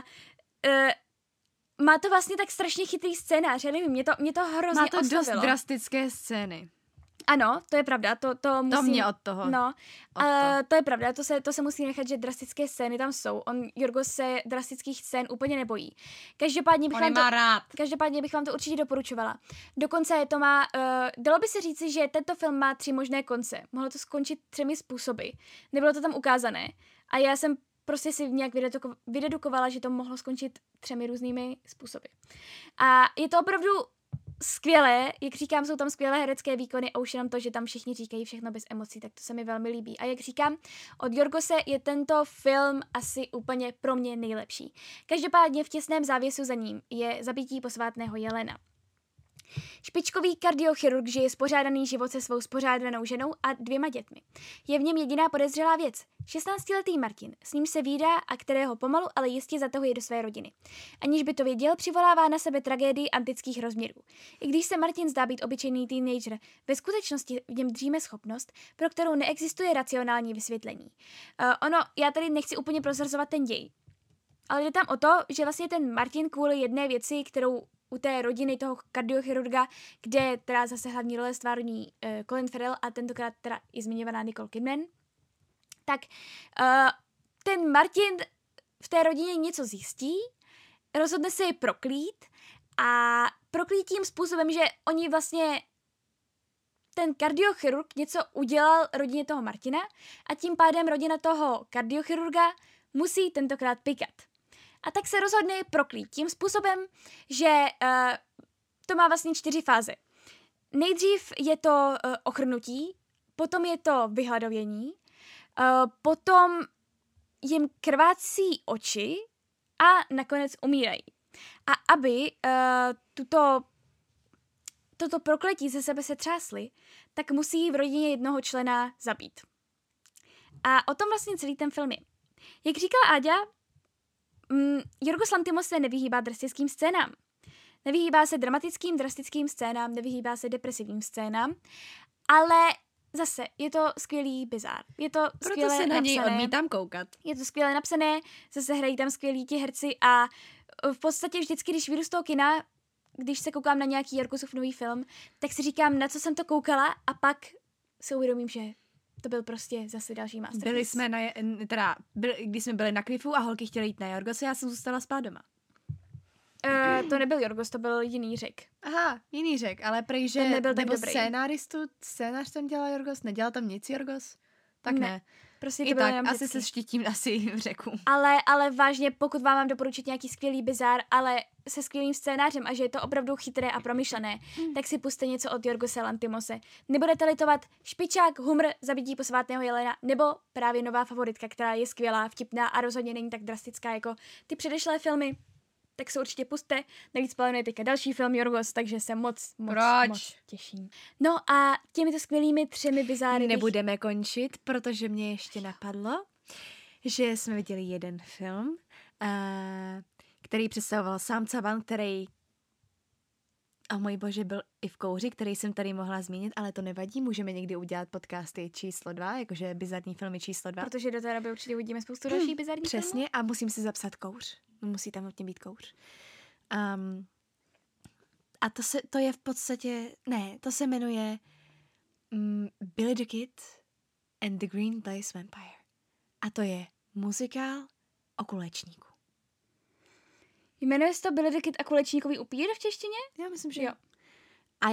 má to vlastně tak strašně chytrý scénář, já nevím, mě to hrozně má to oslovilo. Dost drastické scény. Ano, to je pravda, to musím... To mě od toho. No, to je pravda, to se musí nechat, že drastické scény tam jsou. Jorgos se drastických scén úplně nebojí. Každopádně bych vám to určitě doporučovala. Dokonce to má, dalo by se říci, že tento film má 3 možné konce. Mohlo to skončit 3 způsoby. Nebylo to tam ukázané. A já jsem prostě si nějak vydedukovala, že to mohlo skončit 3 různými způsoby. A je to opravdu skvělé, jak říkám, jsou tam skvělé herecké výkony a už jenom to, že tam všichni říkají všechno bez emocí, tak to se mi velmi líbí. A jak říkám, od Jorgose je tento film asi úplně pro mě nejlepší. Každopádně v těsném závěsu za ním je Zabití posvátného jelena. Špičkový kardiochirurg žije spořádaný život se svou spořádanou ženou a 2 dětmi. Je v něm jediná podezřelá věc. 16letý Martin, s ním se vídá a kterého pomalu, ale jistě zatahuje do své rodiny. Aniž by to věděl, přivolává na sebe tragédii antických rozměrů. I když se Martin zdá být obyčejný teenager, ve skutečnosti v něm dříme schopnost, pro kterou neexistuje racionální vysvětlení. Já tady nechci úplně prozrazovat ten děj, ale jde tam o to, že vlastně ten Martin kvůli jedné věci, kterou u té rodiny toho kardiochirurga, kde teda zase hlavní role stvární Colin Farrell a tentokrát teda i zmiňovaná Nicole Kidman, tak ten Martin v té rodině něco zjistí, rozhodne se je proklít a proklít tím způsobem, že oni vlastně ten kardiochirurg něco udělal rodině toho Martina a tím pádem rodina toho kardiochirurga musí tentokrát pikat. A tak se rozhodne je proklít tím způsobem, že to má vlastně 4 fáze. Nejdřív je to ochrnutí, potom je to vyhladovění, potom jim krvácí oči a nakonec umírají. A aby toto prokletí ze sebe se třásly, tak musí v rodině jednoho člena zabít. A o tom vlastně celý ten film je. Jak říkala Áďa, Jorgos Lanthimos se nevyhýbá drastickým scénám. Nevyhýbá se dramatickým, drastickým scénám, nevyhýbá se depresivním scénám, ale zase je to skvělý bizár. Je to skvěle napsané. Proto se na něj odmítám koukat. Je to skvěle napsané, zase hrají tam skvělí ti herci a v podstatě vždycky, když vyjdu z toho kina, když se koukám na nějaký Jorgosův nový film, tak si říkám, na co jsem to koukala a pak si uvědomím, že to byl prostě zase další masterpiece. Když jsme byli na Cliffu a holky chtěly jít na Jorgose, já jsem zůstala spát doma. To nebyl Jorgos, to byl jiný Řek. Aha, jiný Řek, ale prej, že nebyl tak nebo dobrý. Scénář tam dělal Jorgos, nedělal tam nic Jorgos? Tak ne. Prostě i tak, asi se štítím asi v Řeku. Ale vážně, pokud vám mám doporučit nějaký skvělý bizár, ale se skvělým scénářem a že je to opravdu chytré a promyšlené, tak si puste něco od Jorgose Lanthimose. Nebudete litovat špičák, humor, Zabití posvátného jelena, nebo právě nová favoritka, která je skvělá, vtipná a rozhodně není tak drastická jako ty předešlé filmy. tak se určitě pusťte. Navíc plánuje teďka další film Jorgos, takže se moc těším. No a těmito skvělými 3 bizáry nebudeme končit, protože mě ještě napadlo, že jsme viděli jeden film, který představoval Sam Caban, který můj bože, byl i v Kouři, který jsem tady mohla zmínit, ale to nevadí, můžeme někdy udělat podcasty číslo 2, jakože bizarní filmy číslo 2. Protože do té doby určitě uvidíme spoustu dalších bizarních filmů. Přesně, a musím si zapsat Kouř. Musí tam hodně být Kouř. A to je v podstatě, to se jmenuje Billy the Kid and the Green Place Vampire. A to je muzikál o kulečníku. Jmenuje se to Billy the Kid a kulečníkový upír v češtině? Já myslím, že jo. A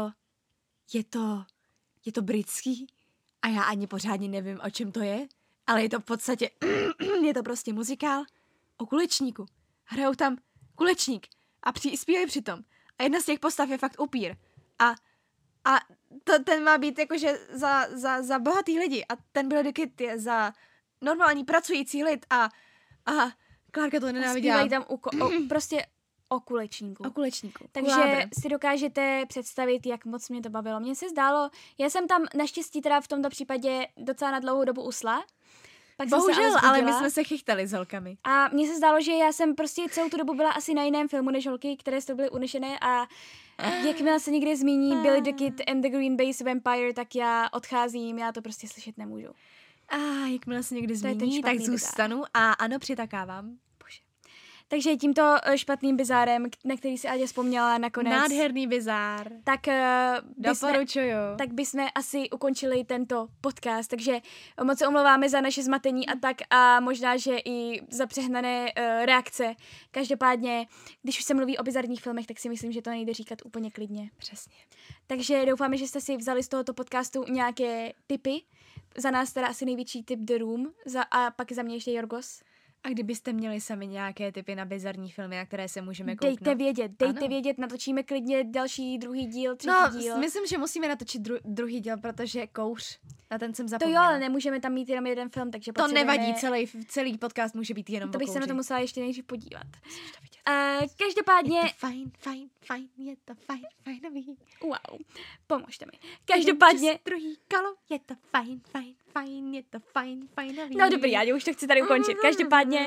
je to britský a já ani pořádně nevím, o čem to je, ale je to v podstatě, je to prostě muzikál o kulečníku. Hrajou tam kulečník a zpívají přitom. A jedna z těch postav je fakt upír. A ten má být jakože za bohatý lidi a ten Billy the Kid je za normální pracující lid a Klárka to nenáviděla. Zpívají tam prostě o kulečníku. O kulečníku. Takže si dokážete představit, jak moc mě to bavilo. Mně se zdálo, já jsem tam naštěstí teda v tomto případě docela na dlouhou dobu usla. Pak bohužel, ale my jsme se chychtali s holkami. A mně se zdálo, že já jsem prostě celou tu dobu byla asi na jiném filmu než holky, které z toho byly unešené a jakmile se někde zmíní Billy the Kid and the Green Place Vampire, tak já odcházím, já to prostě slyšet nemůžu. Jakmile se někdy zmíní, tak zůstanu a ano, přitakávám. Takže tímto špatným bizárem, na který si Aďa vzpomněla nakonec. Nádherný bizár. Tak doporučuju. Tak bychom asi ukončili tento podcast, takže moc se omlouváme za naše zmatení a tak a možná, že i za přehnané reakce. Každopádně, když už se mluví o bizarních filmech, tak si myslím, že to nejde říkat úplně klidně. Přesně. Takže doufáme, že jste si vzali z tohoto podcastu nějaké tipy. Za nás teda asi největší tip The Room a pak za mě ještě Jorgos. A kdybyste měli sami nějaké tipy na bizarní filmy, na které se můžeme kouknout? Dejte vědět, natočíme klidně další, druhý díl, třetí díl. Myslím, že musíme natočit druhý díl, protože Kouř, na ten jsem zapomněla. To jo, ale nemůžeme tam mít jenom jeden film, takže to nevadí, celý podcast může být jenom to bych o se na to musela ještě nejdřív podívat. Každopádně... Je to fajn, je to fajnový. Wow, pomožte mi. Každopádně... Druhý kolo, je to fajn, je to fajnový. No dobrý, já už to chci tady ukončit. Každopádně...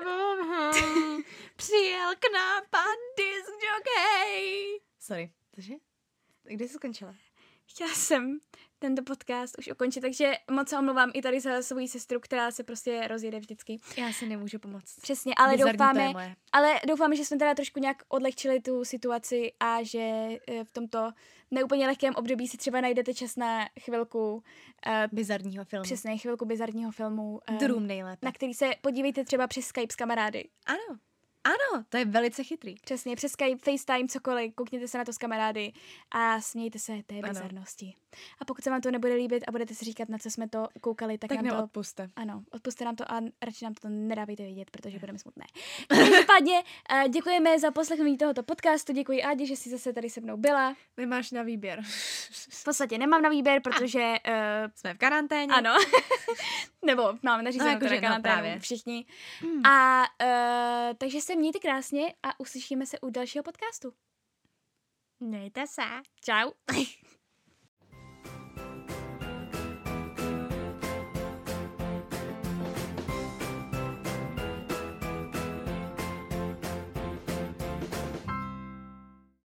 Přijel k nám pan disc jockey. Sorry, takže? Kde jsi skončila? Chtěla jsem tento podcast už ukončit, takže moc se omlouvám i tady za svou sestru, která se prostě rozjede vždycky. Já si nemůžu pomoct. Přesně, ale doufáme, že jsme teda trošku nějak odlehčili tu situaci a že v tomto neúplně lehkém období si třeba najdete čas na chvilku bizarního filmu. Přesně, chvilku bizarního filmu. The Room nejlépe. Na který se podívejte třeba přes Skype s kamarády. Ano, to je velice chytrý. Přesně, přes Skype, FaceTime, cokoliv, koukněte se na to s kamarády a smějte se té bizarnosti. A pokud se vám to nebude líbit a budete si říkat, na co jsme to koukali, tak nám to... neodpuste. Ano, odpuste nám to a radši nám to nedávejte vědět, protože budeme smutné. Každopádně děkujeme za poslechnutí tohoto podcastu, děkuji Ádě, že jsi zase tady se mnou byla. Nemáš na výběr. V podstatě nemám na výběr, protože... jsme v karanténě. Ano. Nebo máme nařízenou karanténu všichni. Takže se mějte krásně a uslyšíme se u dalšího podcastu. Mějte se. Čau.